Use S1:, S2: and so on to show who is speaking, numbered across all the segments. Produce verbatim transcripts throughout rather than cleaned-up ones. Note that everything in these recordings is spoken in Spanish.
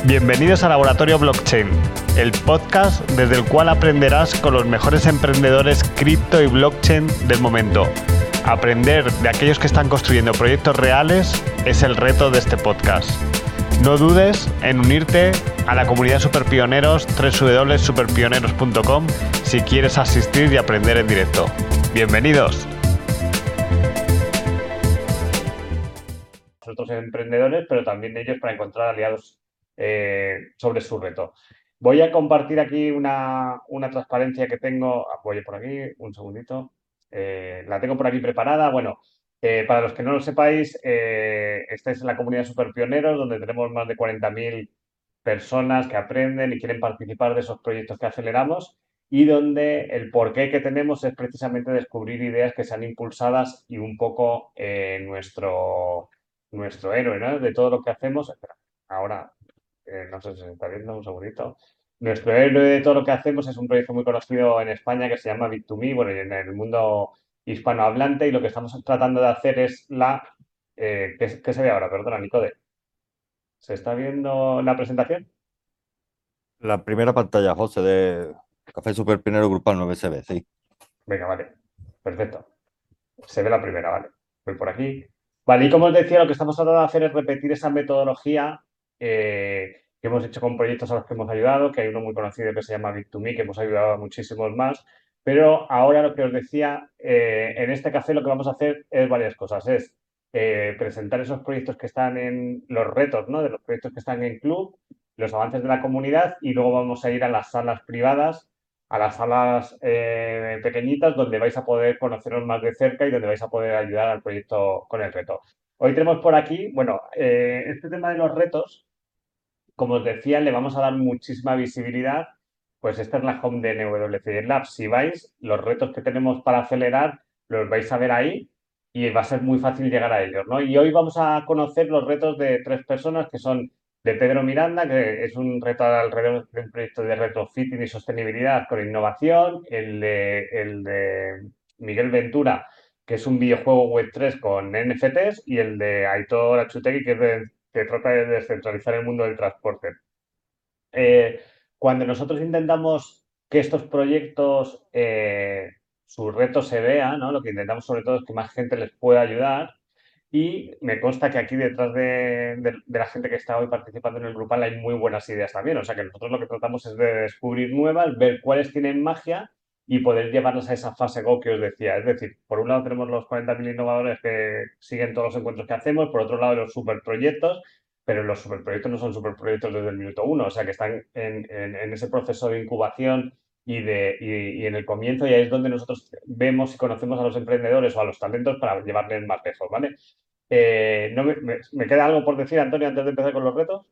S1: Bienvenidos a Laboratorio Blockchain, el podcast desde el cual aprenderás con los mejores emprendedores cripto y blockchain del momento. Aprender de aquellos que están construyendo proyectos reales es el reto de este podcast. No dudes en unirte a la comunidad Superpioneros doble u doble u doble u punto superpioneros punto com si quieres asistir y aprender en directo. ¡Bienvenidos! Otros emprendedores, pero también ellos para encontrar aliados eh, sobre su reto. Voy a compartir aquí una, una transparencia que tengo. Voy por aquí, un segundito. Eh, la tengo por aquí preparada. Bueno, eh, para los que no lo sepáis, eh, esta es la comunidad Superpioneros, donde tenemos más de cuarenta mil personas que aprenden y quieren participar de esos proyectos que aceleramos y donde el porqué que tenemos es precisamente descubrir ideas que sean impulsadas y un poco eh, nuestro, nuestro héroe, ¿no? De todo lo que hacemos. Espera, ahora, eh, no sé si se está viendo, un segundito. Nuestro héroe de todo lo que hacemos es un proyecto muy conocido en España que se llama Bit to Me, bueno, y en el mundo hispanohablante, y lo que estamos tratando de hacer es la... Eh, ¿qué, qué se ve ahora? Perdona, Nicode. ¿Se está viendo la presentación?
S2: La primera pantalla, José, de Café Super Pionero Grupal nueve S B, sí.
S1: Venga, vale. Perfecto. Se ve la primera, vale. Voy por aquí. Vale, y como os decía, lo que estamos tratando de hacer es repetir esa metodología eh, que hemos hecho con proyectos a los que hemos ayudado, que hay uno muy conocido que se llama Bit to Me, que hemos ayudado a muchísimos más. Pero ahora lo que os decía, eh, en este café lo que vamos a hacer es varias cosas. Es eh, presentar esos proyectos que están en los retos, ¿no? De los proyectos que están en club, los avances de la comunidad y luego vamos a ir a las salas privadas, a las salas eh, pequeñitas donde vais a poder conoceros más de cerca y donde vais a poder ayudar al proyecto con el reto. Hoy tenemos por aquí, bueno, eh, este tema de los retos, como os decía, le vamos a dar muchísima visibilidad. Pues esta es la home de N W C Lab. Si vais, los retos que tenemos para acelerar los vais a ver ahí y va a ser muy fácil llegar a ellos, ¿no? Y hoy vamos a conocer los retos de tres personas que son de Pedro Miranda, que es un reto alrededor de un proyecto de retrofitting y sostenibilidad con innovación, el de, el de Miguel Ventura, que es un videojuego web tres con N F Ts, y el de Aitor Achutegui, que es de que trata de descentralizar el mundo del transporte. Eh, cuando nosotros intentamos que estos proyectos, eh, su reto se vea, ¿no? Lo que intentamos sobre todo es que más gente les pueda ayudar. Y me consta que aquí detrás de, de, de la gente que está hoy participando en el grupal hay muy buenas ideas también. O sea que nosotros lo que tratamos es de descubrir nuevas, ver cuáles tienen magia y poder llevarlas a esa fase Go que os decía. Es decir, por un lado tenemos los cuarenta mil innovadores que siguen todos los encuentros que hacemos, por otro lado los superproyectos, pero los superproyectos no son superproyectos desde el minuto uno, o sea que están en, en, en ese proceso de incubación y, de, y, y en el comienzo, y ahí es donde nosotros vemos y conocemos a los emprendedores o a los talentos para llevarles más lejos, ¿vale? Eh, no me, me, ¿Me queda algo por decir, Antonio, antes de empezar con los retos?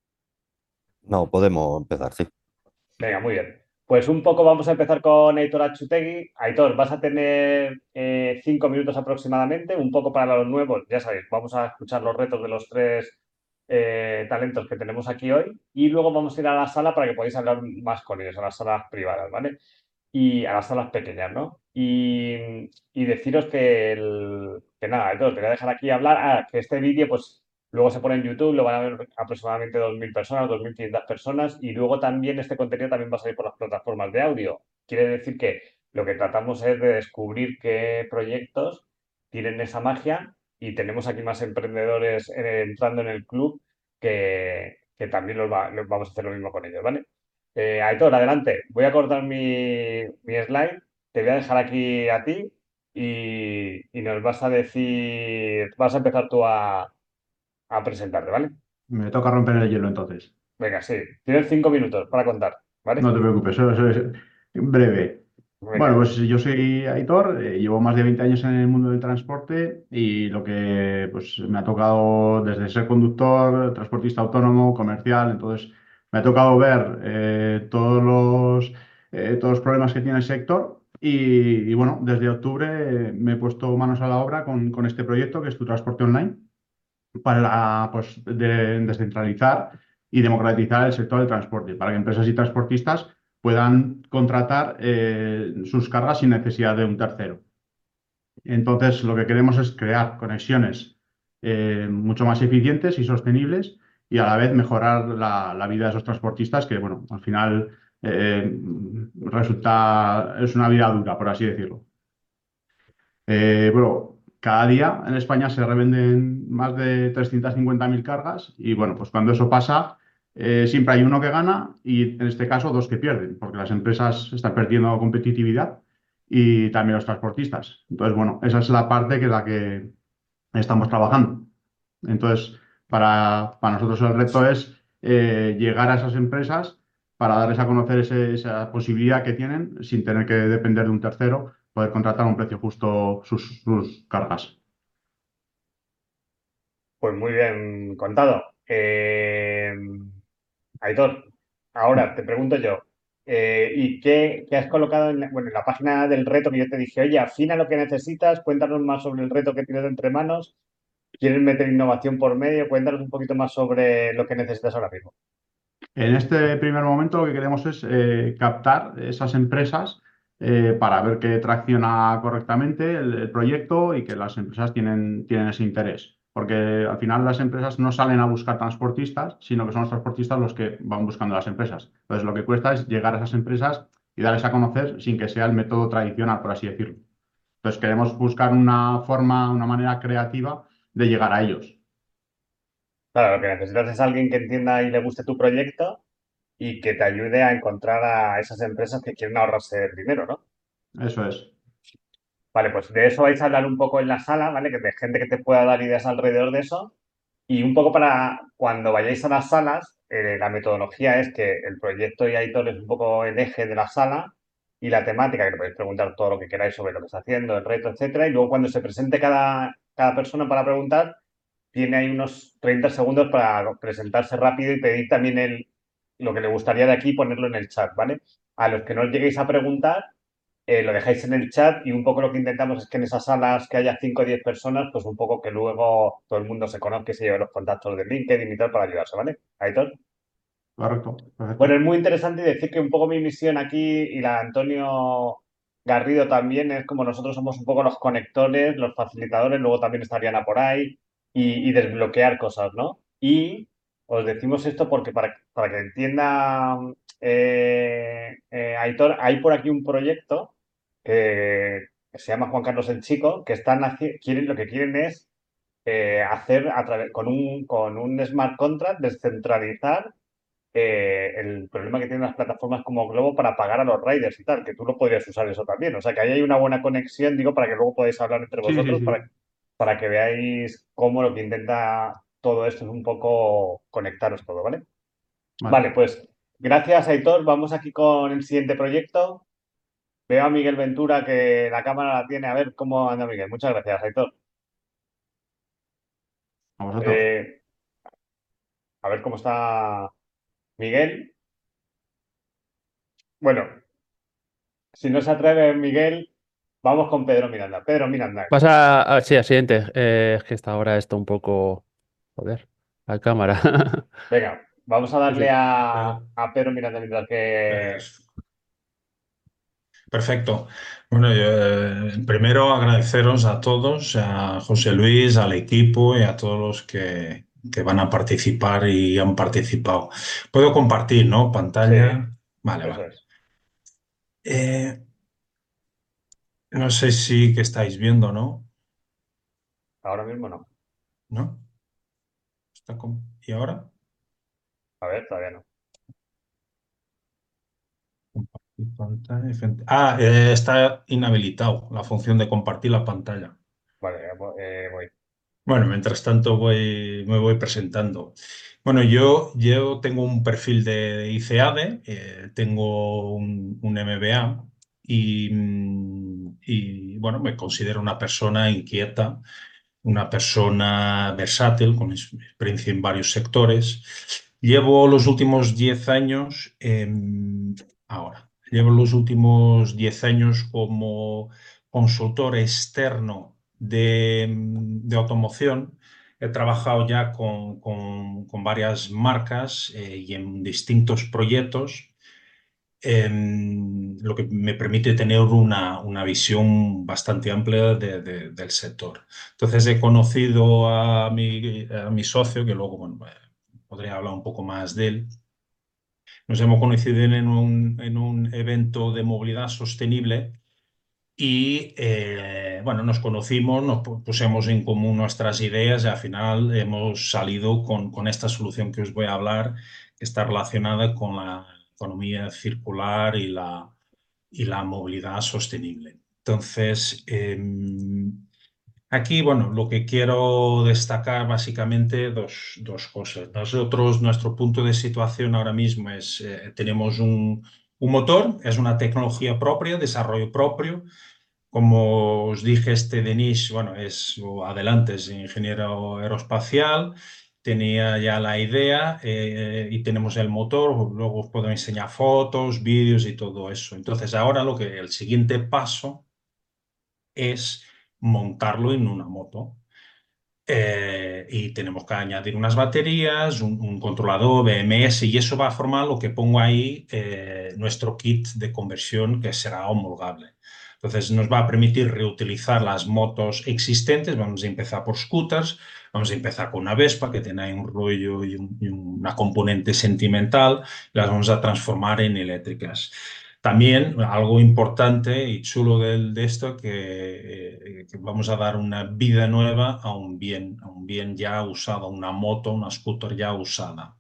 S2: No, podemos empezar, sí.
S1: Venga, muy bien. Pues un poco vamos a empezar con Aitor Achutegui. Aitor, vas a tener eh, cinco minutos aproximadamente, un poco para los nuevos, ya sabéis, vamos a escuchar los retos de los tres eh, talentos que tenemos aquí hoy y luego vamos a ir a la sala para que podáis hablar más con ellos, a las salas privadas, ¿vale? Y a las salas pequeñas, ¿no? Y, y deciros que, el, que nada, Aitor, te voy a dejar aquí hablar, ah, que este vídeo pues luego se pone en YouTube, lo van a ver aproximadamente dos mil personas, dos mil quinientas personas, y luego también este contenido también va a salir por las plataformas de audio. Quiere decir que lo que tratamos es de descubrir qué proyectos tienen esa magia y tenemos aquí más emprendedores eh, entrando en el club que, que también los, va, los vamos a hacer lo mismo con ellos, ¿vale? Eh, Aitor, adelante. Voy a cortar mi, mi slide, te voy a dejar aquí a ti y, y nos vas a decir, vas a empezar tú a a presentarte, ¿vale?
S3: Me toca romper el hielo entonces.
S1: Venga, sí. Tienes cinco minutos para contar, ¿vale?
S3: No te preocupes, eso, eso es breve. Bueno,
S1: Venga.
S3: pues yo soy Aitor, eh, llevo más de veinte años en el mundo del transporte y lo que pues, me ha tocado desde ser conductor, transportista autónomo, comercial, entonces me ha tocado ver eh, todos los, eh, todos los problemas que tiene el sector y, y, bueno, desde octubre eh, me he puesto manos a la obra con, con este proyecto que es Tu Transporte Online para pues, de- descentralizar y democratizar el sector del transporte, para que empresas y transportistas puedan contratar eh, sus cargas sin necesidad de un tercero. Entonces, lo que queremos es crear conexiones eh, mucho más eficientes y sostenibles y a la vez mejorar la, la vida de esos transportistas que, bueno, al final eh, resulta, es una vida dura, por así decirlo. Eh, bueno, cada día en España se revenden más de trescientas cincuenta mil cargas y bueno, pues cuando eso pasa, eh, siempre hay uno que gana y en este caso dos que pierden, porque las empresas están perdiendo competitividad y también los transportistas. Entonces, bueno, esa es la parte que es la que estamos trabajando. Entonces, para, para nosotros el reto es eh, llegar a esas empresas para darles a conocer ese- esa posibilidad que tienen sin tener que depender de un tercero, poder contratar a un precio justo sus, sus cargas.
S1: Pues muy bien contado. Eh, Aitor, ahora te pregunto yo, eh, ¿y qué, qué has colocado en la, bueno, en la página del reto que yo te dije? Oye, afina lo que necesitas, cuéntanos más sobre el reto que tienes entre manos. ¿Quieres meter innovación por medio? Cuéntanos un poquito más sobre lo que necesitas ahora mismo.
S3: En este primer momento lo que queremos es eh, captar esas empresas eh, para ver que tracciona correctamente el, el proyecto y que las empresas tienen, tienen ese interés. Porque al final las empresas no salen a buscar transportistas, sino que son los transportistas los que van buscando las empresas. Entonces lo que cuesta es llegar a esas empresas y darles a conocer sin que sea el método tradicional, por así decirlo. Entonces queremos buscar una forma, una manera creativa de llegar a ellos.
S1: Claro, lo que necesitas es alguien que entienda y le guste tu proyecto y que te ayude a encontrar a esas empresas que quieren ahorrarse el dinero, ¿no?
S3: Eso es.
S1: Vale, pues de eso vais a hablar un poco en la sala, ¿vale? Que de gente que te pueda dar ideas alrededor de eso. Y un poco para cuando vayáis a las salas, eh, la metodología es que el proyecto y Aitor es un poco el eje de la sala y la temática, que le podéis preguntar todo lo que queráis sobre lo que está haciendo, el reto, etcétera. Y luego cuando se presente cada, cada persona para preguntar, tiene ahí unos treinta segundos para presentarse rápido y pedir también el, lo que le gustaría de aquí, ponerlo en el chat, ¿vale? A los que no os lleguéis a preguntar, eh, lo dejáis en el chat y un poco lo que intentamos es que en esas salas que haya cinco o diez personas, pues un poco que luego todo el mundo se conozca y se lleve los contactos de LinkedIn y tal para ayudarse, ¿vale? Aitor.
S3: Correcto.
S1: Bueno, es
S3: Perfecto.
S1: muy interesante decir que un poco mi misión aquí y la de Antonio Garrido también es como nosotros somos un poco los conectores, los facilitadores, luego también está Ariana por ahí y, y desbloquear cosas, ¿no? Y os decimos esto porque para, para que entienda eh, eh, Aitor, hay por aquí un proyecto que, que se llama Juan Carlos el Chico, que están haci- quieren, lo que quieren es eh, hacer a través, con un, con un smart contract, descentralizar eh, el problema que tienen las plataformas como Globo para pagar a los riders y tal, que tú lo podrías usar eso también. O sea, que ahí hay una buena conexión, digo, para que luego podáis hablar entre
S3: Sí, sí,
S1: vosotros, para,
S3: sí.
S1: para que veáis cómo lo que intenta todo esto es un poco conectaros todo, ¿vale?
S3: Vale.
S1: Vale, pues gracias, Aitor. Vamos aquí con el siguiente proyecto. Veo a Miguel Ventura que la cámara la tiene. A ver cómo anda Miguel. Muchas gracias, Aitor.
S3: A vosotros.
S1: Eh, a ver cómo está Miguel. Bueno, si no se atreve Miguel, vamos con Pedro Miranda. Pedro Miranda.
S4: Pasa, a, sí, al siguiente. Eh, es que esta hora está un poco. Joder, la cámara.
S1: Venga, vamos a
S4: Sí,
S1: darle
S4: sí.
S1: a,
S5: Eh,
S1: a Pedro Miranda mientras que...
S5: pues, perfecto. Bueno, yo, eh, primero agradeceros a todos, a José Luis, al equipo y a todos los que, que van a participar y han participado. Puedo compartir, ¿no?
S1: Sí,
S5: Pantalla. Vale,
S1: eso
S5: vale.
S1: es.
S5: Eh, no sé si que estáis viendo, ¿no?
S1: Ahora mismo no.
S5: ¿No? Está com- ¿Y ahora?
S1: A ver, todavía no.
S5: Compartir pantalla. frente- Ah, eh, está inhabilitado la función de compartir la pantalla.
S1: Vale, eh, voy.
S5: Bueno, mientras tanto voy, me voy presentando. Bueno, yo, yo tengo un perfil de I C A D E, eh, tengo un, un M B A y, mm, y, bueno, me considero una persona inquieta, una persona versátil, con ex- experiencia en varios sectores. Llevo los últimos diez años, em, ahora, llevo los últimos diez años como consultor externo de, em, de automoción. He trabajado ya con, con- con varias marcas eh, y en distintos proyectos, em, lo que me permite tener una, una visión bastante amplia de- de- del sector. Entonces he conocido a mi, a mi socio, que luego bueno, podría hablar un poco más de él. Nos hemos conocido en un, en un evento de movilidad sostenible y eh, bueno, nos conocimos, nos pu- pusimos en común nuestras ideas y al final hemos salido con, con esta solución que os voy a hablar, que está relacionada con la economía circular y la, y la movilidad sostenible. Entonces, em, aquí, bueno, lo que quiero destacar básicamente dos, dos cosas. Nosotros, nuestro punto de situación ahora mismo es, eh, tenemos un, un motor, es una tecnología propia, desarrollo propio. Como os dije, este Denis, bueno, es, o adelante, es ingeniero aeroespacial, tenía ya la idea eh, y tenemos el motor, luego os puedo enseñar fotos, vídeos y todo eso. Entonces, ahora lo que, el siguiente paso es montarlo en una moto. Eh, y tenemos que añadir unas baterías, un, un controlador B M S y eso va a formar lo que pongo ahí, eh, nuestro kit de conversión que será homologable. Entonces nos va a permitir reutilizar las motos existentes. Vamos a empezar por scooters, vamos a empezar con una Vespa que tiene ahí un rollo y, un- y una componente sentimental, y las vamos a transformar en eléctricas. También algo importante y chulo del- de, esto, que, eh, que vamos a dar una vida nueva a un bien, a un bien ya usado, una moto, una scooter ya usada.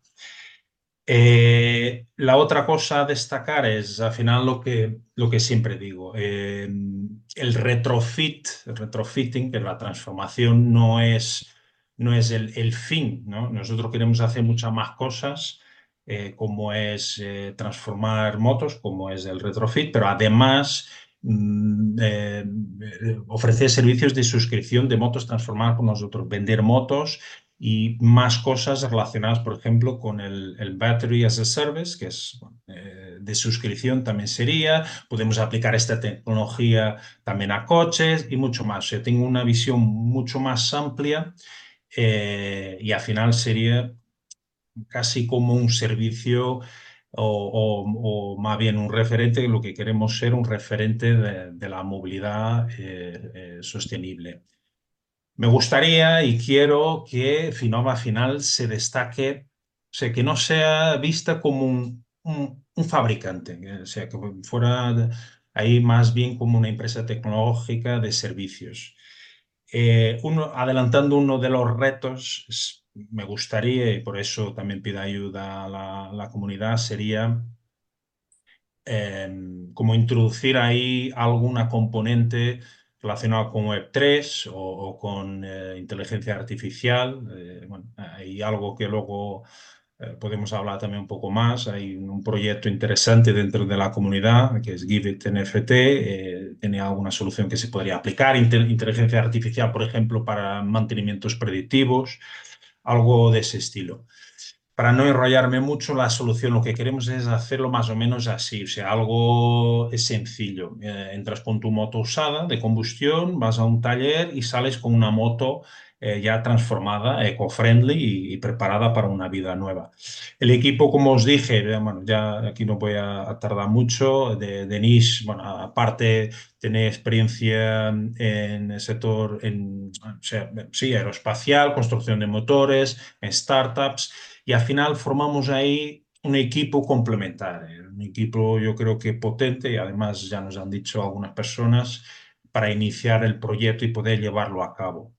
S5: Eh, la otra cosa a destacar es, al final, lo que, lo que siempre digo, eh, el retrofit, el retrofitting, que la transformación no es, no es el, el fin, ¿no? Nosotros queremos hacer muchas más cosas, eh, como es eh, transformar motos, como es el retrofit, pero además mm, eh, eh, ofrecer servicios de suscripción de motos transformadas por nosotros, vender motos y más cosas relacionadas, por ejemplo, con el, el Battery as a Service, que es bueno, eh, de suscripción también sería. Podemos aplicar esta tecnología también a coches y mucho más. O sea, tengo una visión mucho más amplia eh, y al final sería casi como un servicio o, o- o más bien un referente, lo que queremos ser un referente de, de la movilidad eh, eh, sostenible. Me gustaría y quiero que Finova final se destaque, o sea, que no sea vista como un, un- un fabricante, que- o sea, que fuera de- ahí más bien como una empresa tecnológica de servicios. Eh, uno, adelantando uno de los retos, es- me gustaría, y por eso también pido ayuda a la, la comunidad, sería eh, como introducir ahí alguna componente relacionada con web tres o, o con eh, inteligencia artificial. Eh, bueno, hay algo que luego eh, podemos hablar también un poco más. Hay un proyecto interesante dentro de la comunidad que es Giveit N F T. Eh, tiene alguna solución que se podría aplicar. Intel- inteligencia artificial, por ejemplo, para mantenimientos predictivos, algo de ese estilo. Para no enrollarme mucho, la solución lo que queremos es hacerlo más o menos así, o sea, algo sencillo. Eh, entras con tu moto usada de combustión, vas a un taller y sales con una moto eh, ya transformada, eco-friendly y, y preparada para una vida nueva. El equipo, como os dije, eh, bueno, ya aquí no voy a, a tardar mucho, de Denis, bueno, aparte tiene experiencia en el sector, en, o sea, sí, aeroespacial, construcción de motores, en startups y al final formamos ahí un equipo complementario, un equipo yo creo que potente y además ya nos han dicho algunas personas para iniciar el proyecto y poder llevarlo a cabo.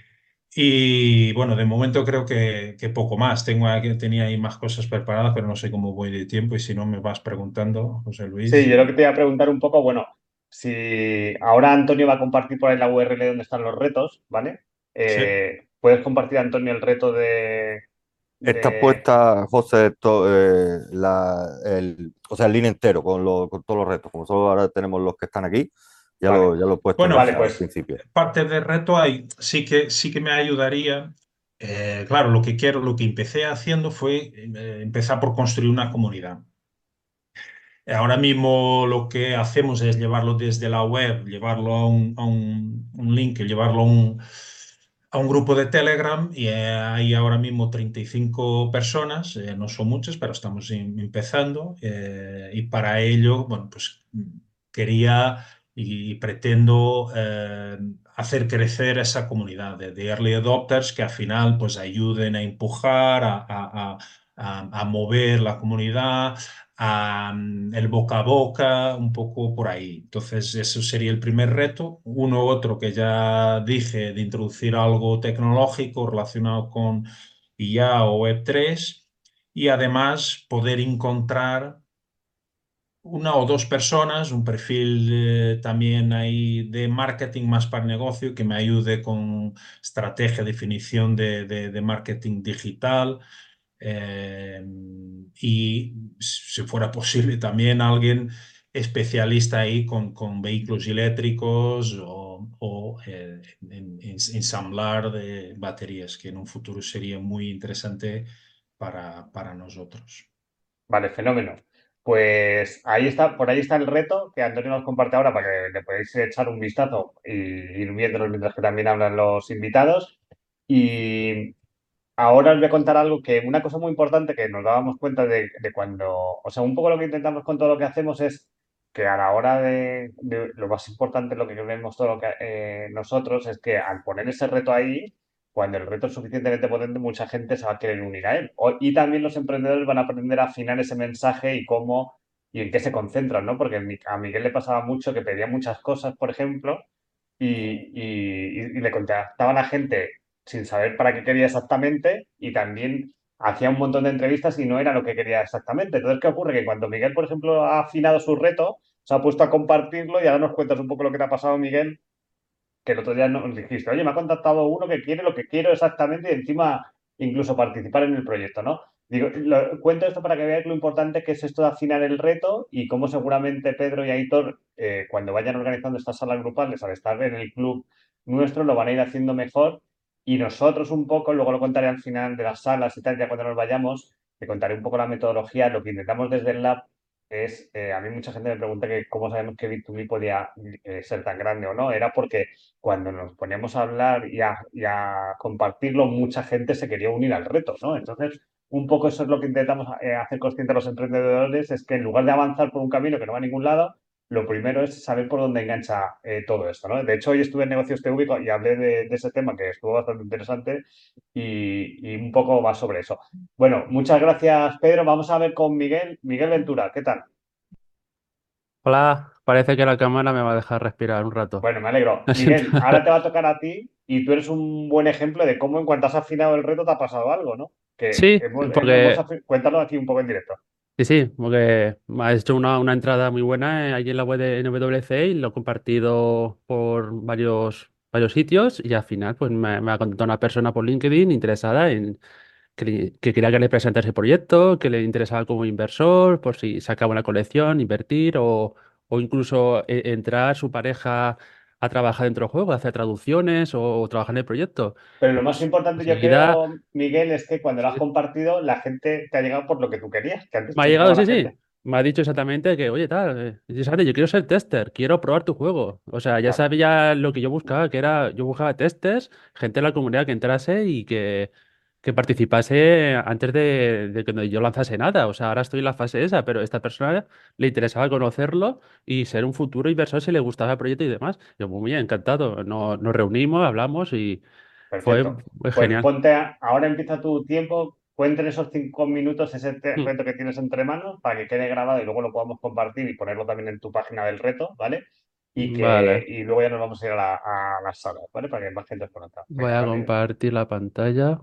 S5: Y bueno, de momento creo que, que poco más. Tengo aquí- tenía ahí más cosas preparadas, pero no sé cómo voy de tiempo y si no me vas preguntando, José
S1: Sí,
S5: Luis.
S1: yo lo que te iba a preguntar un poco, bueno, si ahora Antonio va a compartir por ahí la U R L donde están los retos, ¿vale?
S5: Sí.
S1: Eh, ¿puedes compartir, Antonio, el reto de,
S2: Está
S1: de...
S2: puesta, José, to- eh, la, el, o sea, el link entero con, lo- con todos los retos. Como solo ahora tenemos los que están aquí, ya
S1: Vale,
S2: lo, ya lo he puesto en la
S1: vale,
S5: Bueno,
S2: sala al
S1: pues
S2: principio.
S5: parte del reto hay, sí que, sí que me ayudaría. Eh, claro, lo que quiero, lo que empecé haciendo fue eh, empezar por construir una comunidad. Ahora mismo lo que hacemos es llevarlo desde la web, llevarlo a un, a un- un link, llevarlo a un, a un grupo de Telegram y eh, hay ahora mismo treinta y cinco personas, eh, no son muchas, pero estamos em- empezando eh, y para ello, bueno, pues quería y pretendo eh, hacer crecer esa comunidad de, de early adopters que al final pues ayuden a empujar, a, a- a- a- a mover la comunidad, a, mm, el boca a boca, un poco por ahí. Entonces, eso sería el primer reto. Uno otro que ya dije de introducir algo tecnológico relacionado con I A o web tres y además poder encontrar una o dos personas, un perfil eh, también ahí de marketing más para el negocio que me ayude con estrategia, definición de, de- de marketing digital eh, y si fuera posible también alguien especialista ahí con, con vehículos eléctricos o, o, eh, en, en ensamblar de baterías, que en un futuro sería muy interesante para, para nosotros.
S1: Vale, fenómeno. Pues ahí está, por ahí está el reto que Antonio nos comparte ahora para que le podáis echar un vistazo y ir viéndolo mientras que también hablan los invitados. Y ahora os voy a contar algo que, una cosa muy importante que nos dábamos cuenta de, de cuando, o sea, un poco lo que intentamos con todo lo que hacemos es que a la hora de, de- lo más importante, lo que vemos todo lo que eh, nosotros es que al poner ese reto ahí, cuando el reto es suficientemente potente, mucha gente se va a querer unir a él. O- y también los emprendedores van a aprender a afinar ese mensaje y cómo y en qué se concentran, ¿no? Porque mi- a Miguel le pasaba mucho que pedía muchas cosas, por ejemplo, y, y- y le contactaban a gente sin saber para qué quería exactamente y también hacía un montón de entrevistas y no era lo que quería exactamente. Entonces, ¿qué ocurre? Que cuando Miguel, por ejemplo, ha afinado su reto, se ha puesto a compartirlo y ahora nos cuentas un poco lo que te ha pasado, Miguel, que el otro día nos dijiste, oye, me ha contactado uno que quiere lo que quiero exactamente y encima incluso participar en el proyecto, ¿no? Digo, lo- cuento esto para que veáis lo importante que es esto de afinar el reto y cómo seguramente Pedro y Aitor, eh, cuando vayan organizando estas salas grupales, al estar en el club nuestro, lo van a ir haciendo mejor y nosotros un poco, luego lo contaré al final de las salas y tal, ya cuando nos vayamos, te contaré un poco la metodología, lo que intentamos desde el lab es, eh, a mí mucha gente me pregunta que cómo sabemos que B dos B podía eh, ser tan grande o no, era porque cuando nos poníamos a hablar y a, y a compartirlo, mucha gente se quería unir al reto, ¿no? Entonces, un poco eso es lo que intentamos eh, hacer consciente a los emprendedores, es que en lugar de avanzar por un camino que no va a ningún lado, lo primero es saber por dónde engancha eh, todo esto, ¿no? De hecho, hoy estuve en Negocios T V y hablé de, de ese tema que estuvo bastante interesante y, y un poco más sobre eso. Bueno, muchas gracias, Pedro. Vamos a ver con Miguel. Miguel Ventura, ¿qué tal?
S4: Hola, parece que la cámara me va a dejar respirar un rato.
S1: Bueno, me alegro.
S4: Lo siento.
S1: Miguel, ahora te va a tocar a ti y tú eres un buen ejemplo de cómo en cuanto has afinado el reto te ha pasado algo, ¿no? Que
S4: Sí,
S1: hemos, hemos
S4: porque
S1: afi- cuéntalo aquí un poco en directo.
S4: sí, sí, porque me ha hecho una, una entrada muy buena eh, allí en la web de N W C y lo he compartido por varios, varios sitios y al final pues me, me ha contactado una persona por LinkedIn interesada en que, le- que quería que le presentase el proyecto, que le interesaba como inversor, por si sacaba una colección, invertir o, o incluso eh, entrar su pareja a trabajar dentro del juego, hacer traducciones o, o trabajar en el proyecto.
S1: Pero lo
S4: Y
S1: más
S4: pues
S1: importante, yo
S4: enseguida
S1: creo, Miguel, es que cuando lo has
S4: sí,
S1: compartido, la gente te ha llegado por lo que tú querías, que antes
S4: me ha
S1: pensaba
S4: llegado,
S1: la
S4: sí, sí.
S1: gente.
S4: Me ha dicho exactamente que, oye, tal, eh, interesante, yo quiero ser tester, quiero probar tu juego. O sea, ya
S1: Claro.
S4: sabía lo que yo buscaba, que era, yo buscaba testers, gente de la comunidad que entrase y que, que participase antes de, de que yo lanzase nada. O sea, ahora estoy en la fase esa, pero a esta persona le interesaba conocerlo y ser un futuro inversor si le gustaba el proyecto y demás. Yo, muy bien, encantado. Nos, nos reunimos, hablamos y fue,
S1: Perfecto.
S4: fue
S1: Pues
S4: genial.
S1: ponte, a- ahora empieza tu tiempo, cuenta en esos cinco minutos ese te-
S4: Mm,
S1: reto que tienes entre manos para que quede grabado y luego lo podamos compartir y ponerlo también en tu página del reto, ¿vale? Y que
S4: Vale,
S1: y luego ya nos vamos a ir a la, a las salas, ¿vale? Para que más gente os conozca.
S4: voy
S1: Venga,
S4: a
S1: rápido.
S4: compartir la pantalla.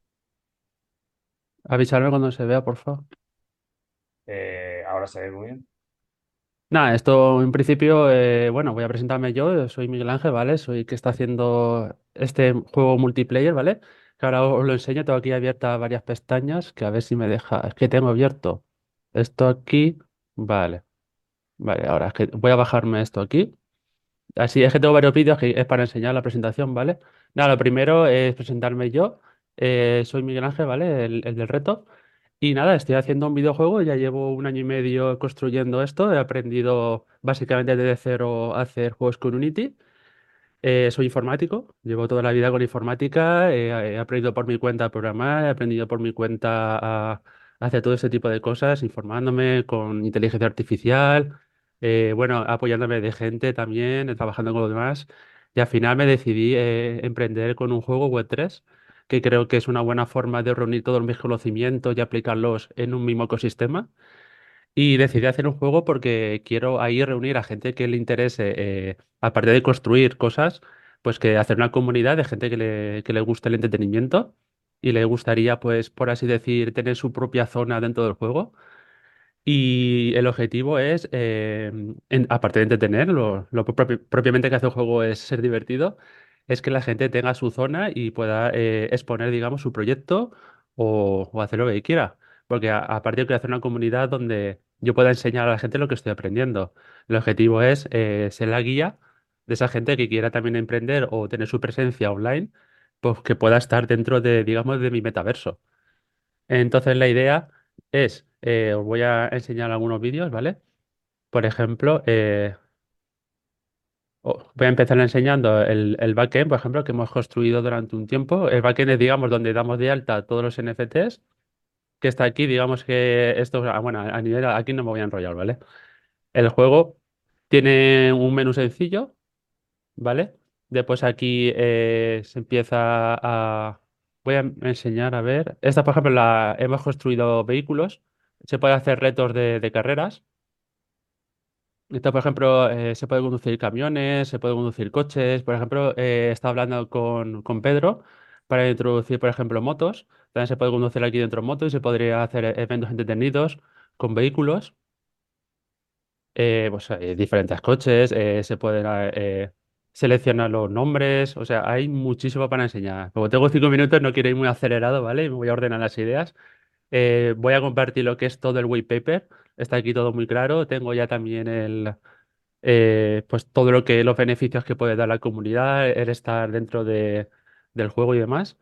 S4: Avisarme cuando se vea, por favor.
S1: Eh, ahora se ve muy bien.
S4: Nada, esto en principio, eh, bueno, voy a presentarme yo, yo soy Miguel Ángel, ¿vale? Soy el que está haciendo este juego multiplayer, ¿vale? Que ahora os lo enseño, tengo aquí abiertas varias pestañas, que a ver si me deja, es que tengo abierto esto aquí, vale, vale, ahora es que voy a bajarme esto aquí, así es que tengo varios vídeos que es para enseñar la presentación, ¿vale? Nada, lo primero es presentarme yo, eh, soy Miguel Ángel, ¿vale? El, el del reto. Y nada, estoy haciendo un videojuego, ya llevo un año y medio construyendo esto, he aprendido básicamente desde cero a hacer juegos con Unity. Eh, soy informático, llevo toda la vida con informática, eh, he aprendido por mi cuenta a programar, he aprendido por mi cuenta a, a hacer todo ese tipo de cosas, informándome con inteligencia artificial, eh, bueno, apoyándome de gente también, eh, trabajando con los demás. Y al final me decidí eh, emprender con un juego web tres, que creo que es una buena forma de reunir todos mis conocimientos y aplicarlos en un mismo ecosistema. Y decidí hacer un juego porque quiero ahí reunir a gente que le interese, eh, aparte de construir cosas, pues que hacer una comunidad de gente que le, que le guste el entretenimiento y le gustaría, pues, por así decir, tener su propia zona dentro del juego. Y el objetivo es, eh, en- aparte de entretener, lo, lo propi- propiamente que hace el juego es ser divertido, es que la gente tenga su zona y pueda eh, exponer, digamos, su proyecto o, o hacer lo que quiera. Porque a- aparte quiero hacer una comunidad donde yo pueda enseñar a la gente lo que estoy aprendiendo. El objetivo es eh, ser la guía de esa gente que quiera también emprender o tener su presencia online, pues que pueda estar dentro de, digamos, de mi metaverso. Entonces la idea es, eh, os voy a enseñar algunos vídeos, ¿vale? Por ejemplo, eh, o- voy a empezar enseñando el, el backend, por ejemplo, que hemos construido durante un tiempo. El backend es, digamos, donde damos de alta todos los N F Ts, que está aquí, digamos que esto, ah, bueno, a nivel, aquí no me voy a enrollar, ¿vale? El juego tiene un menú sencillo, ¿vale? Después aquí eh, se empieza a... Voy a enseñar, a ver. Esta, por ejemplo, la... hemos construido vehículos. Se puede hacer retos de, de carreras. Esta, por ejemplo, eh, se puede conducir camiones, se puede conducir coches. Por ejemplo, eh, estaba hablando con, con Pedro para introducir, por ejemplo, motos. También se puede conducir aquí dentro motos y se podría hacer eh, eventos entretenidos con vehículos. Eh, pues hay diferentes coches, eh, se pueden eh, eh, seleccionar los nombres, o sea, hay muchísimo para enseñar. Como tengo cinco minutos, no quiero ir muy acelerado, ¿vale? Me voy a ordenar las ideas. Eh, voy a compartir lo que es todo el white paper. Está aquí todo muy claro. Tengo ya también el, eh, pues todo lo que los beneficios que puede dar la comunidad, el estar dentro de, del juego y demás.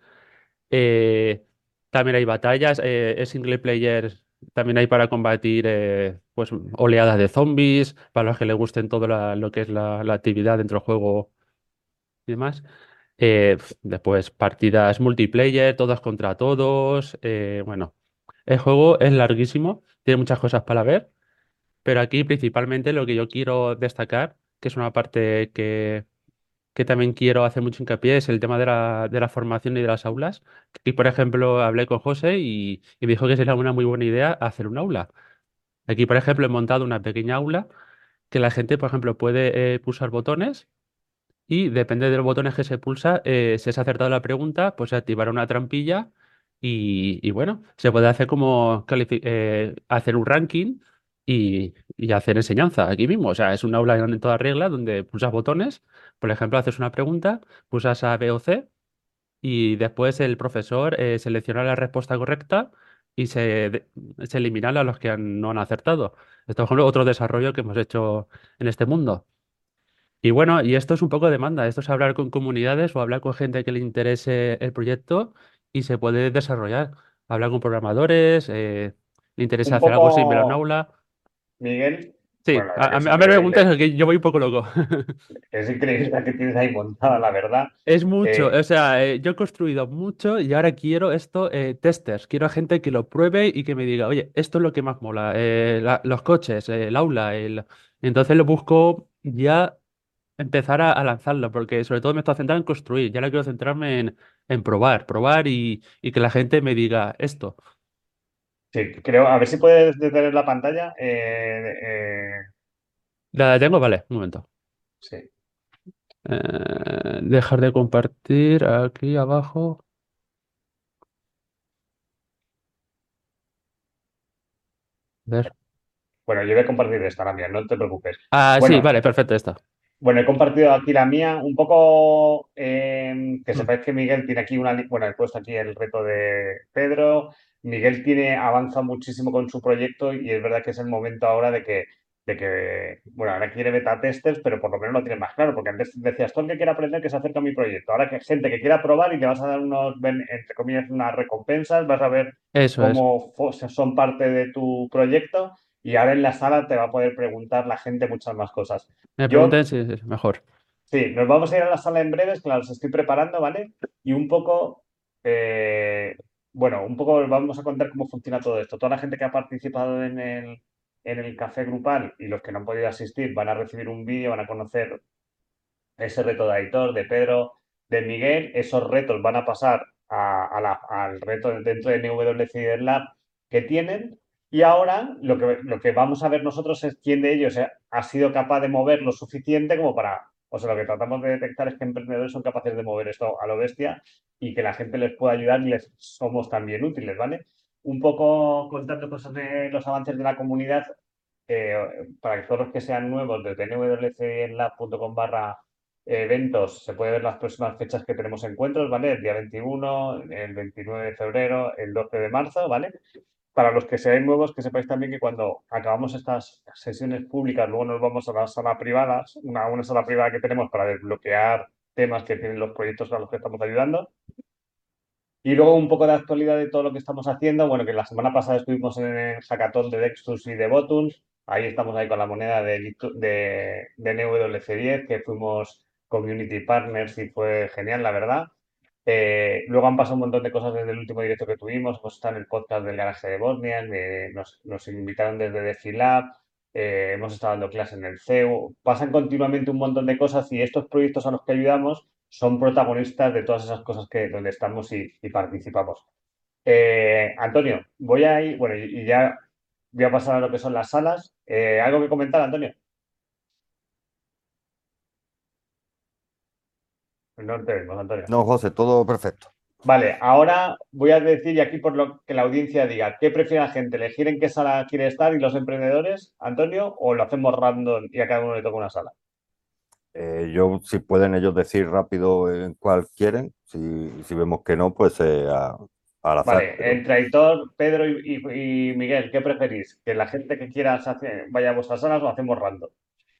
S4: Eh, También hay batallas, eh, es single player, también hay para combatir eh, pues, oleadas de zombies, para los que les gusten todo la- lo que es la, la actividad dentro del juego y demás. Eh, pf, después partidas multiplayer, todos contra todos. Eh, bueno, el juego es larguísimo, tiene muchas cosas para ver, pero aquí principalmente lo que yo quiero destacar, que es una parte que que también quiero hacer mucho hincapié es el tema de la, de la formación y de las aulas. Y, por ejemplo, hablé con José y, y me dijo que sería una muy buena idea hacer un aula. Aquí, por ejemplo, he montado una pequeña aula que la gente, por ejemplo, puede eh, pulsar botones y depende de los botones que se pulsa, eh, si es acertado la pregunta, pues se activará una trampilla y, y bueno, se puede hacer como califi- eh, hacer un ranking y, y hacer enseñanza aquí mismo. O sea, es un aula en toda regla donde pulsas botones. Por ejemplo, haces una pregunta, pulsas A, B o C y después el profesor eh, selecciona la respuesta correcta y se, de- se eliminan a los que han- no han acertado. Esto, por ejemplo, otro desarrollo que hemos hecho en este mundo. Y bueno, y esto es un poco de demanda, esto es hablar con comunidades o hablar con gente que le interese el proyecto y se puede desarrollar. Hablar con programadores, eh, le interesa
S1: Un
S4: hacer algo similar a un
S1: poco,
S4: aula.
S1: Miguel,
S4: Sí,
S1: bueno, la
S4: a,
S1: verdad
S4: a
S1: que
S4: mí
S1: es
S4: a mí me
S1: increíble,
S4: preguntas que yo voy un poco loco.
S1: es increíble la que tienes ahí montada, la verdad.
S4: Es mucho, o
S1: Eh,
S4: sea, eh, yo he construido mucho y ahora quiero esto, eh, testers, quiero a gente que lo pruebe y que me diga, oye, esto es lo que más mola, eh, la- los coches, eh, el aula, el... Entonces lo busco ya empezar a, a lanzarlo, porque sobre todo me estoy centrado en construir, ya no quiero centrarme en, en probar, probar y, y que la gente me diga esto.
S1: sí, creo, a ver si puedes detener la pantalla. Eh, eh,
S4: ¿La tengo? Vale, un momento.
S1: sí.
S4: Eh, dejar de compartir aquí abajo. A ver.
S1: Bueno, yo voy a compartir esta también, no te preocupes.
S4: Ah, sí,
S1: Bueno,
S4: vale, perfecto, está.
S1: Bueno, he compartido aquí la mía, un poco eh, que
S4: Mm.
S1: sepáis que Miguel tiene aquí una, li- bueno, he puesto aquí el reto de Pedro. Miguel tiene, avanza muchísimo con su proyecto y es verdad que es el momento ahora de que, de que, bueno, ahora quiere beta testers, pero por lo menos lo tiene más claro, porque antes decías, todo el que quiera aprender que se acerca a mi proyecto. Ahora que hay gente que quiera probar y le vas a dar unos, ben- entre comillas, unas recompensas, vas a ver
S4: Eso es.
S1: cómo fo- son parte de tu proyecto y ahora en la sala te va a poder preguntar la gente muchas más cosas.
S4: Me preguntan
S1: Yo
S4: si es mejor.
S1: Sí, nos vamos a ir a la sala en breves, que la los estoy preparando, ¿vale? Y un poco, eh, bueno, un poco vamos a contar cómo funciona todo esto. Toda la gente que ha participado en el, en el café grupal y los que no han podido asistir van a recibir un vídeo, van a conocer ese reto de Aitor, de Pedro, de Miguel, esos retos van a pasar a, a la- al reto dentro de N W C I Lab que tienen. Y ahora lo que, lo que vamos a ver nosotros es quién de ellos ha, ha sido capaz de mover lo suficiente como para. O sea, lo que tratamos de detectar es que emprendedores son capaces de mover esto a lo bestia y que la gente les pueda ayudar y les somos también útiles, ¿vale? Un poco contando cosas de los avances de la comunidad, eh, para que todos los que sean nuevos, desde n w c lab punto com barra eventos, se puede ver las próximas fechas que tenemos encuentros, ¿vale? El día veintiuno, el veintinueve de febrero, el doce de marzo, ¿vale? Para los que seáis nuevos, que sepáis también que cuando acabamos estas sesiones públicas, luego nos vamos a las salas privadas, una, una sala privada que tenemos para desbloquear temas que tienen los proyectos a los que estamos ayudando. Y luego un poco de actualidad de todo lo que estamos haciendo. Bueno, que la semana pasada estuvimos en el hackathon de Dextus y de Botuns. Ahí estamos ahí con la moneda de, Litu- de, de N W C diez, que fuimos community partners y fue genial, la verdad. Eh, luego han pasado un montón de cosas desde el último directo que tuvimos. Hemos estado en el podcast del garaje de Bosnian, eh, nos, nos invitaron desde DefiLab, eh, hemos estado dando clases en el C E U. Pasan continuamente un montón de cosas y estos proyectos a los que ayudamos son protagonistas de todas esas cosas que donde estamos y, y participamos. Eh, Antonio, voy a ir, bueno, y, y ya voy a pasar a lo que son las salas. Eh, ¿algo que comentar, Antonio? No te vemos, Antonio.
S2: No, José, todo perfecto.
S1: Vale, ahora voy a decir, y aquí por lo que la audiencia diga, ¿qué prefiere la gente? ¿Elegir en qué sala quiere estar y los emprendedores, Antonio, o lo hacemos random y a cada uno le toca una sala?
S2: Eh, yo, si pueden ellos decir rápido en cuál quieren, si, si vemos que no, pues eh, a- al azar.
S1: Vale,
S2: Pero
S1: entre Aitor, Pedro y, y- y Miguel, ¿qué preferís? ¿Que la gente que quiera se hace- vaya a vuestras salas o hacemos random?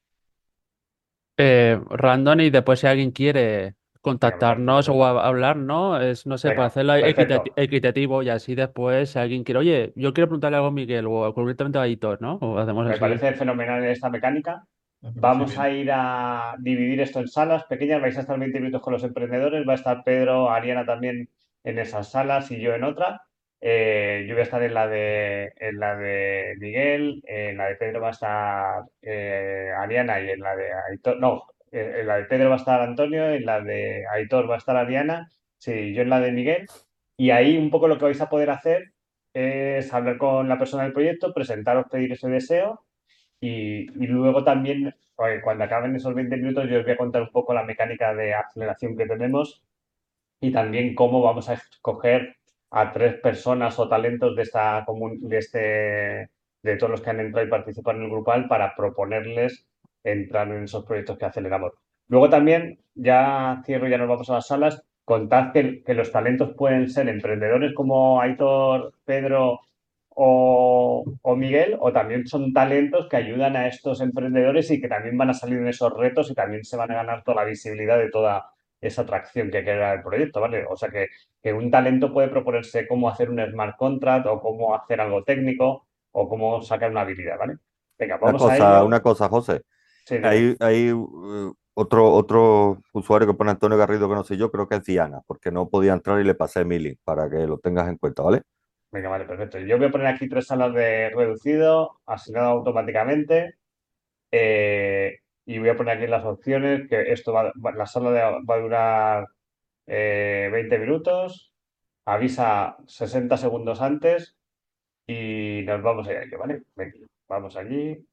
S4: Eh, random y después si alguien quiere
S1: Venga, me parece
S4: contactarnos o
S1: perfecto.
S4: a- hablar, ¿no? Es, no sé, para
S1: Venga,
S4: hacerlo equitati-
S1: perfecto.
S4: equitativo y así después si alguien quiere, oye, yo quiero preguntarle algo a Miguel o concretamente a Editor, ¿no? O hacemos
S1: Me
S4: así.
S1: parece fenomenal esta mecánica.
S5: Me parece
S1: Vamos a
S5: bien.
S1: ir a dividir esto en salas pequeñas. Vais a estar veinte minutos con los emprendedores. Va a estar Pedro, Ariana también en esas salas y yo en otra. Eh, yo voy a estar en la de, en la de Miguel, en la de Pedro va a estar eh, Ariana y en la de Aitor. No, eh, en la de Pedro va a estar Antonio, en la de Aitor va a estar Ariana. Sí, yo en la de Miguel. Y ahí un poco lo que vais a poder hacer es hablar con la persona del proyecto, presentaros, pedir ese deseo y, y luego también, oye, cuando acaben esos veinte minutos, yo os voy a contar un poco la mecánica de aceleración que tenemos y también cómo vamos a escoger a tres personas o talentos de esta comun- de este, de todos los que han entrado y participado en el grupal para proponerles entrar en esos proyectos que aceleramos. Luego también, ya cierro, ya nos vamos a las salas. Contad que, que los talentos pueden ser emprendedores como Aitor, Pedro o, o Miguel, o también son talentos que ayudan a estos emprendedores y que también van a salir en esos retos y también se van a ganar toda la visibilidad de toda esa atracción que queda el proyecto, ¿vale? O sea que, que un talento puede proponerse cómo hacer un smart contract o cómo hacer algo técnico o cómo sacar una habilidad, ¿vale? Venga,
S2: una
S1: vamos a
S2: cosa,
S1: ello.
S2: una cosa, José.
S1: Sí, dime.
S2: Hay, hay eh, otro, otro usuario que pone Antonio Garrido que no sé yo, creo que es Diana, porque no podía entrar y le pasé mi link para que lo tengas en cuenta, ¿vale?
S1: Venga, vale, perfecto. Yo voy a poner aquí tres salas de reducido, asignado automáticamente. eh, y voy a poner aquí las opciones, que esto va, va- la sala de- va a durar eh, veinte minutos, avisa sesenta segundos antes y nos vamos a ello, ¿vale? Venga, vamos allí.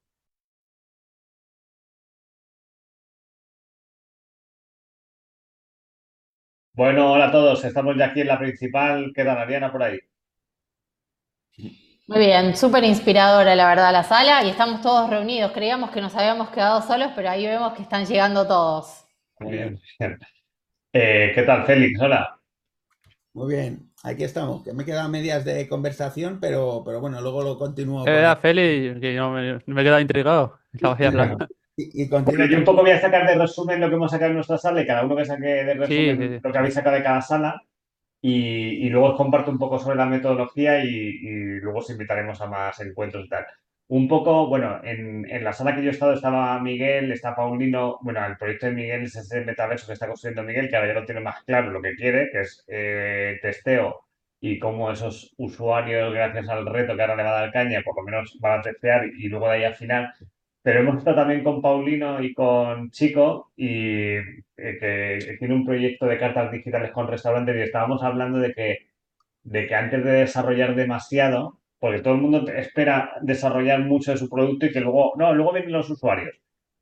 S1: Bueno, hola a todos, estamos ya aquí en la principal. ¿Qué tal, Ariana, por ahí?
S6: Muy bien, súper inspiradora la verdad la sala y estamos todos reunidos. Creíamos que nos habíamos quedado solos, pero ahí vemos que están llegando todos.
S1: Muy bien. Eh, ¿qué tal, Félix? Hola.
S7: Muy bien, aquí estamos, que me quedan medias de conversación, pero, pero bueno, luego lo continúo con
S4: Era
S7: la...
S4: Feli, que yo me, me he quedado intrigado. Estaba ahí hablando.
S7: Y, y
S1: Bueno,
S7: continúo
S1: yo un
S7: también.
S1: poco voy a sacar de resumen lo que hemos sacado en nuestra sala y cada uno que saque de
S4: Sí,
S1: resumen
S4: sí,
S1: lo que habéis sacado de cada sala y, y luego os comparto un poco sobre la metodología y, y luego os invitaremos a más encuentros y tal. Un poco, bueno, en, en la sala que yo he estado estaba Miguel, está Paulino, bueno, el proyecto de Miguel es ese metaverso que está construyendo Miguel, que ahora ya lo tiene más claro lo que quiere, que es eh, testeo y cómo esos usuarios, gracias al reto que ahora le va a dar caña, por lo menos van a testear y luego de ahí al final. pero hemos estado también con Paulino y con Chico, y eh, que tiene un proyecto de cartas digitales con restaurantes, y estábamos hablando de que, de que antes de desarrollar demasiado, porque todo el mundo espera desarrollar mucho de su producto y que luego, no, luego vienen los usuarios.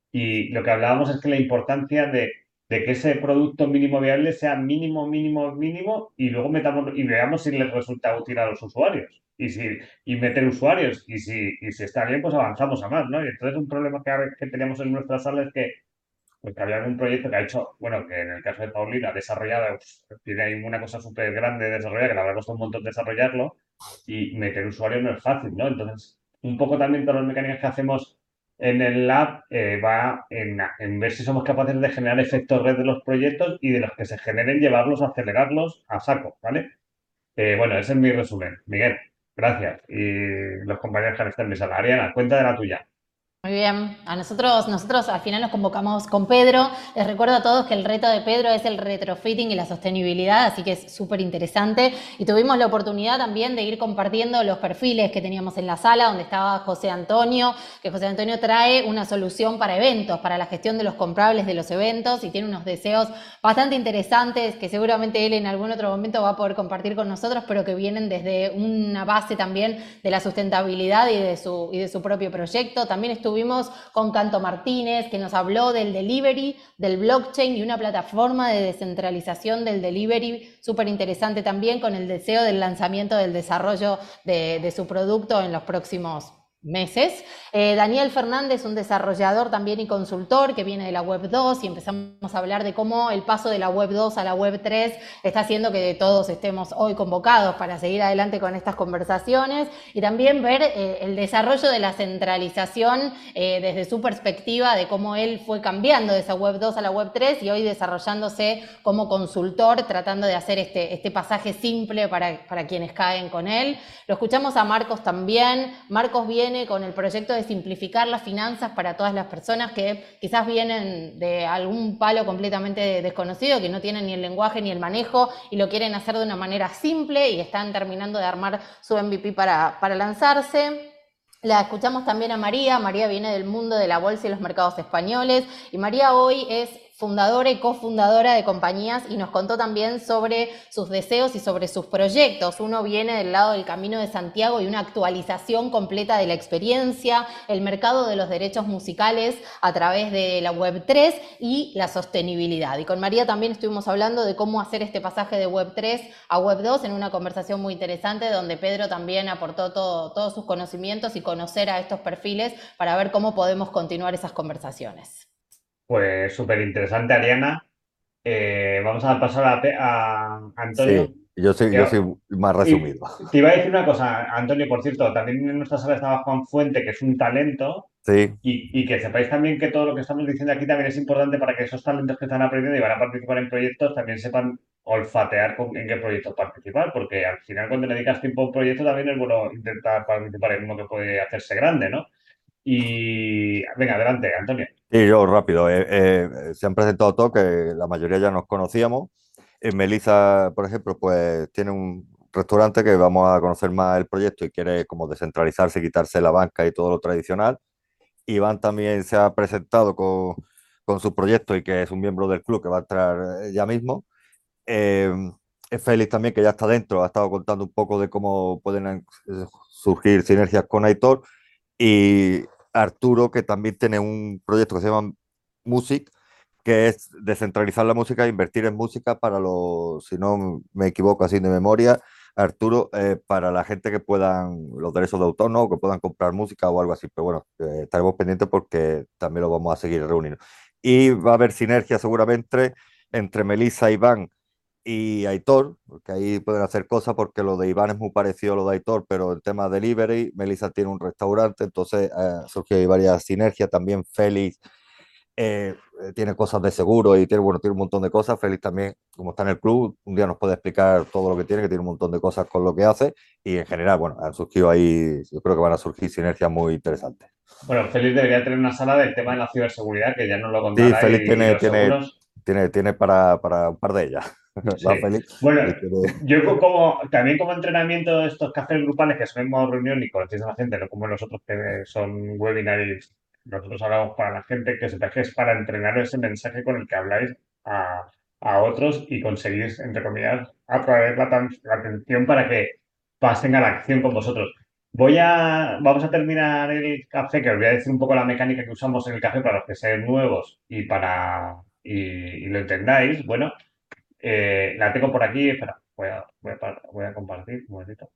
S1: Y lo que hablábamos es que la importancia de, de que ese producto mínimo viable sea mínimo, mínimo, mínimo, y luego metamos y veamos si les resulta útil a los usuarios. Y si, y meter usuarios. Y si, y si está bien, pues avanzamos a más, ¿no? Y entonces un problema que, a- que teníamos en nuestra sala es que, pues, que había un proyecto que ha hecho, bueno, que en el caso de Paulina ha desarrollado, pues, tiene ahí una cosa súper grande de desarrollar, que le habrá costado un montón desarrollarlo, y meter usuarios no es fácil, ¿no? Entonces, un poco también todas las mecánicas que hacemos en el lab eh, va en, en ver si somos capaces de generar efectos red de los proyectos y de los que se generen llevarlos, acelerarlos a saco, ¿vale? Eh, bueno, ese es mi resumen. Miguel, gracias. Y los compañeros que han estado en mi sala. Ariana, cuenta de la tuya.
S6: Muy bien, a nosotros, nosotros al final nos convocamos con Pedro. Les recuerdo a todos que el reto de Pedro es el retrofitting y la sostenibilidad, así que es súper interesante. Y tuvimos la oportunidad también de ir compartiendo los perfiles que teníamos en la sala, donde estaba José Antonio, que José Antonio trae una solución para eventos, para la gestión de los comprables de los eventos, y tiene unos deseos bastante interesantes que seguramente él en algún otro momento va a poder compartir con nosotros, pero que vienen desde una base también de la sustentabilidad y de su, y de su propio proyecto. También estuvimos con Canto Martínez, que nos habló del delivery, del blockchain y una plataforma de descentralización del delivery, súper interesante también, con el deseo del lanzamiento del desarrollo de, de su producto en los próximos meses. Eh, Daniel Fernández, un desarrollador también y consultor que viene de la web dos, y empezamos a hablar de cómo el paso de la web dos a la web tres está haciendo que todos estemos hoy convocados para seguir adelante con estas conversaciones, y también ver eh, el desarrollo de la centralización eh, desde su perspectiva de cómo él fue cambiando de esa web dos a la web tres y hoy desarrollándose como consultor, tratando de hacer este, este pasaje simple para, para quienes caen con él. Lo escuchamos a Marcos también. Marcos viene con el proyecto de simplificar las finanzas para todas las personas que quizás vienen de algún palo completamente desconocido, que no tienen ni el lenguaje ni el manejo y lo quieren hacer de una manera simple, y están terminando de armar su M V P para, para lanzarse. La escuchamos también a María. María viene del mundo de la bolsa y los mercados españoles, y María hoy es fundadora y cofundadora de compañías, y nos contó también sobre sus deseos y sobre sus proyectos. Uno viene del lado del Camino de Santiago y una actualización completa de la experiencia, el mercado de los derechos musicales a través de la web tres y la sostenibilidad. Y con María también estuvimos hablando de cómo hacer este pasaje de web tres a web dos en una conversación muy interesante, donde Pedro también aportó todo, todos sus conocimientos y conocer a estos perfiles para ver cómo podemos continuar esas conversaciones.
S1: Pues súper interesante, Ariana. Eh, vamos a pasar a, Pe- a Antonio.
S2: Sí, yo soy, yo
S1: Que-
S2: soy más
S1: y
S2: resumido.
S1: te iba a decir una cosa, Antonio, por cierto, también en nuestra sala estaba Juan Fuente, que es un talento,
S2: Sí,
S1: y, y que sepáis también que todo lo que estamos diciendo aquí también es importante para que esos talentos que están aprendiendo y van a participar en proyectos también sepan olfatear con- en qué proyectos participar, porque al final cuando le dedicas tiempo a un proyecto también es bueno intentar participar en uno que puede hacerse grande, ¿no? Y venga, adelante, Antonio.
S2: sí, yo rápido. eh, eh, se han presentado todos, que la mayoría ya nos conocíamos. Eh, Melissa, por ejemplo, pues tiene un restaurante que vamos a conocer más el proyecto y quiere como descentralizarse, quitarse la banca y todo lo tradicional. Iván también se ha presentado con, con su proyecto y que es un miembro del club que va a entrar eh, ya mismo. Eh, Félix también, que ya está dentro, ha estado contando un poco de cómo pueden eh, surgir sinergias con Aitor. Y Arturo, que también tiene un proyecto que se llama Music, que es descentralizar la música e invertir en música para los, si no me equivoco así de memoria, Arturo, eh, para la gente que puedan, los derechos de autor, ¿no? O que puedan comprar música o algo así. Pero bueno, eh, estaremos pendientes porque también lo vamos a seguir reuniendo. Y va a haber sinergia seguramente entre Melissa, Iván y Aitor, porque ahí pueden hacer cosas, porque lo de Iván es muy parecido a lo de Aitor, pero en tema de delivery, Melissa tiene un restaurante, entonces eh, surgió ahí varias sinergias. También Félix eh, eh, tiene cosas de seguro y tiene, bueno, tiene un montón de cosas. Félix también, como está en el club, un día nos puede explicar todo lo que tiene, que tiene un montón de cosas con lo que hace. Y en general, bueno, han surgido ahí, yo creo que van a surgir sinergias muy interesantes.
S1: Bueno, Félix debería tener una sala del tema de la ciberseguridad, que ya nos lo
S2: Sí,
S1: contará, y,
S2: Félix
S1: y
S2: tiene,
S1: los
S2: tiene,
S1: seguros.
S2: tiene, tiene para, para un par de ellas.
S1: Sí.
S2: ¿Va, Félix?
S1: Bueno,
S2: Félix tiene-
S1: yo co- como también como entrenamiento de estos cafés grupales que son en modo reunión y conocéis a la gente, no como nosotros que son webinars nosotros hablamos para la gente, que sepáis que es para entrenar ese mensaje con el que habláis a, a otros y conseguís, entre comillas, atraer la, tan- la atención para que pasen a la acción con vosotros. Voy a, vamos a terminar el café, que os voy a decir un poco la mecánica que usamos en el café para los que sean nuevos y para y, y lo entendáis. Bueno, eh, la tengo por aquí. Espera, voy a, voy a, par- voy a compartir un momentito.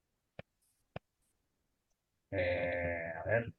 S1: Eh, a ver,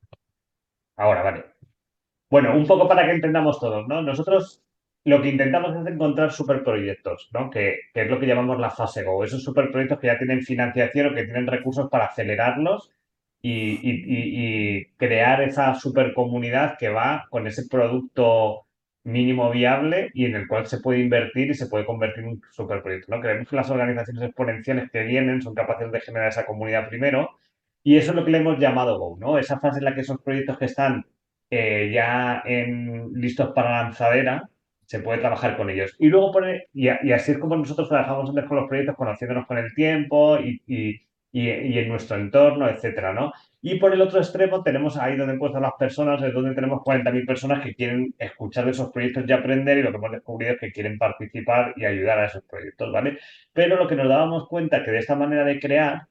S1: ahora, vale. Bueno, un poco para que entendamos todos, ¿no? Nosotros lo que intentamos es encontrar superproyectos, ¿no? Que, que es lo que llamamos la fase Go. Esos superproyectos que ya tienen financiación o que tienen recursos para acelerarlos y, y- y- y crear esa supercomunidad que va con ese producto mínimo viable y en el cual se puede invertir y se puede convertir en un superproyecto, ¿no? Creemos que las organizaciones exponenciales que vienen son capaces de generar esa comunidad primero y eso es lo que le hemos llamado Go, ¿no? Esa fase en la que esos proyectos que están eh, ya en, listos para la lanzadera, se puede trabajar con ellos. Y luego pone, y, a- y así es como nosotros trabajamos antes con los proyectos, conociéndonos con el tiempo y, y- y- y en nuestro entorno, etcétera, ¿no? Y por el otro extremo tenemos ahí donde he puesto a las personas, es donde tenemos cuarenta mil personas que quieren escuchar de esos proyectos y aprender, y lo que hemos descubierto es que quieren participar y ayudar a esos proyectos, ¿vale? Pero lo que nos dábamos cuenta que de esta manera de crear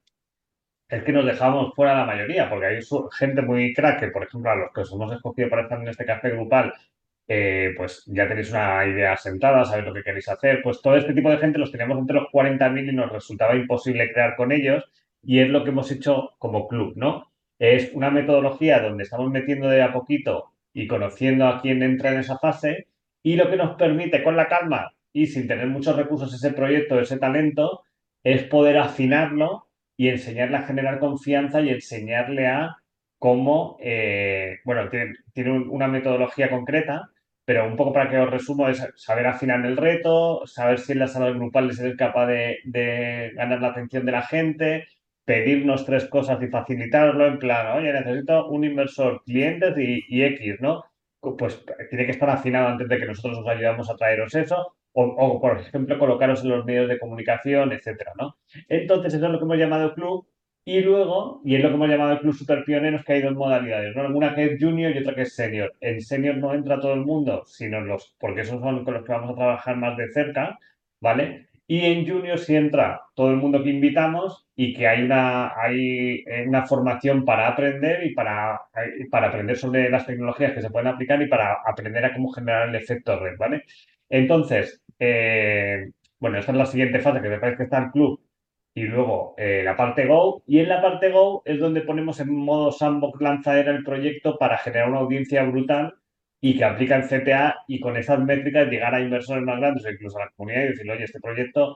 S1: es que nos dejamos fuera la mayoría, porque hay su- gente muy crack, que por ejemplo a los que os hemos escogido para estar en este café grupal, eh, pues ya tenéis una idea asentada, sabéis lo que queréis hacer, pues todo este tipo de gente los teníamos entre los cuarenta mil y nos resultaba imposible crear con ellos y es lo que hemos hecho como club, ¿no? Es una metodología donde estamos metiendo de a poquito y conociendo a quién entra en esa fase y lo que nos permite con la calma y sin tener muchos recursos ese proyecto, ese talento, es poder afinarlo y enseñarle a generar confianza y enseñarle a cómo, eh, bueno, tiene, tiene un- una metodología concreta, pero un poco para que os resumo es saber afinar el reto, saber si en las salas grupales eres capaz de, de ganar la atención de la gente, pedirnos tres cosas y facilitarlo, en plan, oye, necesito un inversor, clientes y, y X, ¿no? Pues tiene que estar afinado antes de que nosotros os ayudamos a traeros eso, o, o, por ejemplo, colocaros en los medios de comunicación, etcétera, ¿no? Entonces, eso es lo que hemos llamado club. Y luego, y es lo que hemos llamado el club super pioneros, que hay dos modalidades, ¿no? Una que es junior y otra que es senior. En senior no entra todo el mundo, sino los, porque esos son con los que vamos a trabajar más de cerca, ¿vale? Y en junior sí entra todo el mundo que invitamos y que hay una, hay eh, una formación para aprender y para, y para aprender sobre las tecnologías que se pueden aplicar y para aprender a cómo generar el efecto red, ¿vale? Entonces, eh, bueno, esta es la siguiente fase, que sepáis que está el club y luego eh, la parte Go. Y en la parte Go es donde ponemos en modo sandbox lanzadera el proyecto para generar una audiencia brutal y que aplica el C T A y con esas métricas llegar a inversores más grandes o incluso a la comunidad y decirle, oye, este proyecto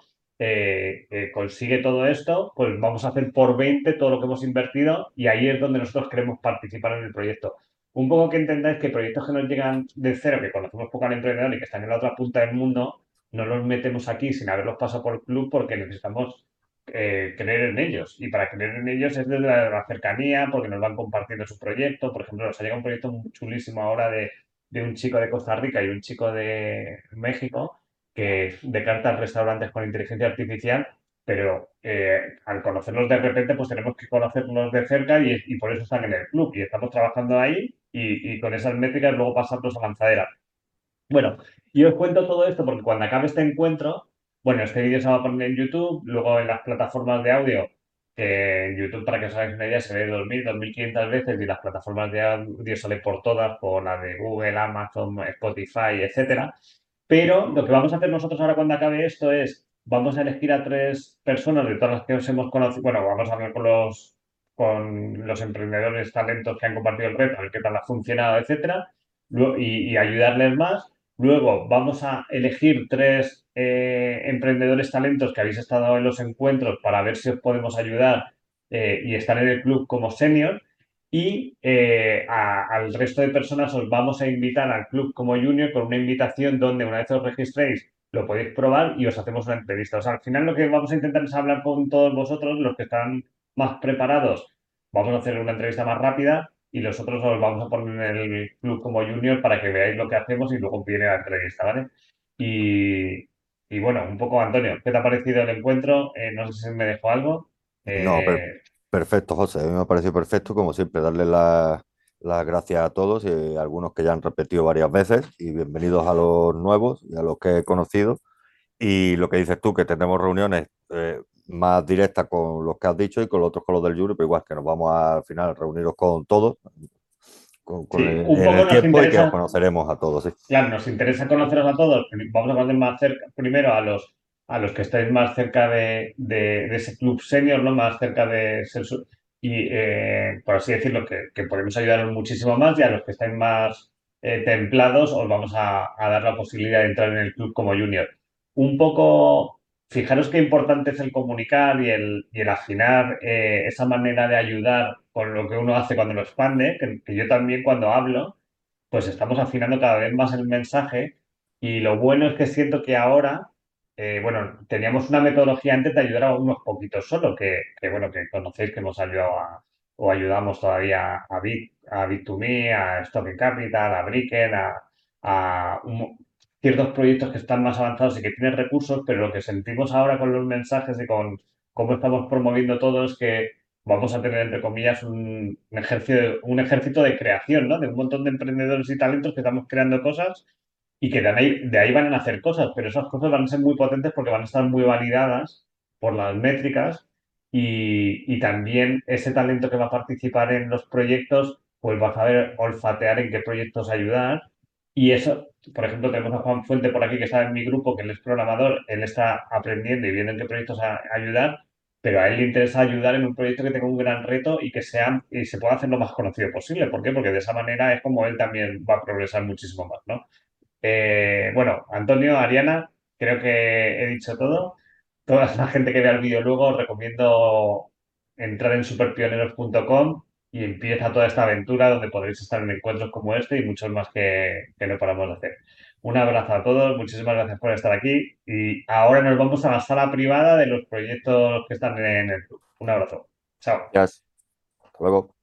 S1: eh, eh, consigue todo esto, pues vamos a hacer por veinte todo lo que hemos invertido y ahí es donde nosotros queremos participar en el proyecto. Un poco que entendáis que proyectos que nos llegan de cero, que conocemos poco al emprendedor y que están en la otra punta del mundo, no los metemos aquí sin haberlos pasado por el club porque necesitamos eh, creer en ellos. Y para creer en ellos es desde la, la cercanía, porque nos van compartiendo su proyecto. Por ejemplo, nos ha llegado un proyecto muy chulísimo ahora de, de un chico de Costa Rica y un chico de México que de cartas restaurantes con inteligencia artificial, pero eh, al conocerlos de repente, pues tenemos que conocerlos de cerca y, y por eso están en el club. Y estamos trabajando ahí y, y con esas métricas luego pasarlos a lanzadera. Bueno, y os cuento todo esto porque cuando acabe este encuentro, bueno, este vídeo se va a poner en YouTube, luego en las plataformas de audio, que en YouTube, para que os hagáis una idea, se ve dos mil, dos mil quinientas veces y las plataformas de audio sale por todas, por la de Google, Amazon, Spotify, etcétera. Pero lo que vamos a hacer nosotros ahora cuando acabe esto es, vamos a elegir a tres personas de todas las que os hemos conocido, bueno, vamos a hablar con los, con los emprendedores, talentos que han compartido el reto, a ver qué tal ha funcionado, etcétera, luego- y, y ayudarles más. Luego vamos a elegir tres eh, emprendedores talentos que habéis estado en los encuentros para ver si os podemos ayudar eh, y estar en el club como senior. Y eh, a- al resto de personas os vamos a invitar al club como junior con una invitación donde una vez os registréis lo podéis probar y os hacemos una entrevista. O sea, al final lo que vamos a intentar es hablar con todos vosotros, los que están más preparados. Vamos a hacer una entrevista más rápida y los otros os vamos a poner en el club como junior para que veáis lo que hacemos y luego viene la entrevista, ¿vale? Y, y bueno, un poco, Antonio, ¿qué te ha parecido el encuentro? Eh, no sé si me dejó algo.
S2: No, per-
S1: Eh,
S2: perfecto, José. A mí me ha parecido perfecto, como siempre, darle la, las gracias a todos y a algunos que ya han repetido varias veces y bienvenidos a los nuevos y a los que he conocido. Y lo que dices tú, que tenemos reuniones eh, más directas con los que has dicho y con los otros, con los del jury, pero igual que nos vamos a, al final a reuniros con todos con, con
S1: Sí,
S2: el-
S1: un
S2: en
S1: poco
S2: el
S1: nos
S2: tiempo y que os
S1: interesa,
S2: conoceremos a todos. Sí.
S1: claro, nos interesa conoceros a todos. Vamos a conocer más cerca, primero a los, a los que estáis más cerca de, de- de ese club senior, ¿no? Más cerca de ser su- y, eh, por así decirlo, que, que podemos ayudaros muchísimo más, y a los que estáis más eh, templados os vamos a, a dar la posibilidad de entrar en el club como junior. Un poco, fijaros qué importante es el comunicar y el, y el afinar eh, esa manera de ayudar con lo que uno hace cuando lo expande, que, que yo también cuando hablo pues estamos afinando cada vez más el mensaje, y lo bueno es que siento que ahora, eh, bueno, teníamos una metodología antes de ayudar a unos poquitos solo, que, que, bueno, que conocéis que hemos ayudado a, o ayudamos todavía a Bit, a Bit2Me, a Stock Capital, a Bricken, a, a un- ciertos proyectos que están más avanzados y que tienen recursos, pero lo que sentimos ahora con los mensajes y con cómo estamos promoviendo todo es que vamos a tener, entre comillas, un, un ejército, un ejército de creación, ¿no? De un montón de emprendedores y talentos que estamos creando cosas y que de ahí, de ahí van a nacer cosas, pero esas cosas van a ser muy potentes porque van a estar muy validadas por las métricas, y, y también ese talento que va a participar en los proyectos, pues va a saber olfatear en qué proyectos ayudar. Y eso, por ejemplo, tenemos a Juan Fuente por aquí que está en mi grupo, que él es programador, él está aprendiendo y viendo en qué proyectos a- ayudar, pero a él le interesa ayudar en un proyecto que tenga un gran reto y que sea y se pueda hacer lo más conocido posible. ¿Por qué? Porque de esa manera es como él también va a progresar muchísimo más, ¿no? Eh, bueno, Antonio, Ariana, creo que he dicho todo. Toda la gente que vea el vídeo luego, os recomiendo entrar en superpioneros punto com y empieza toda esta aventura donde podréis estar en encuentros como este y muchos más que, que no paramos de hacer. Un abrazo a todos, muchísimas gracias por estar aquí, y ahora nos vamos a la sala privada de los proyectos que están en el club. Un abrazo. Chao.
S2: Ya, hasta luego.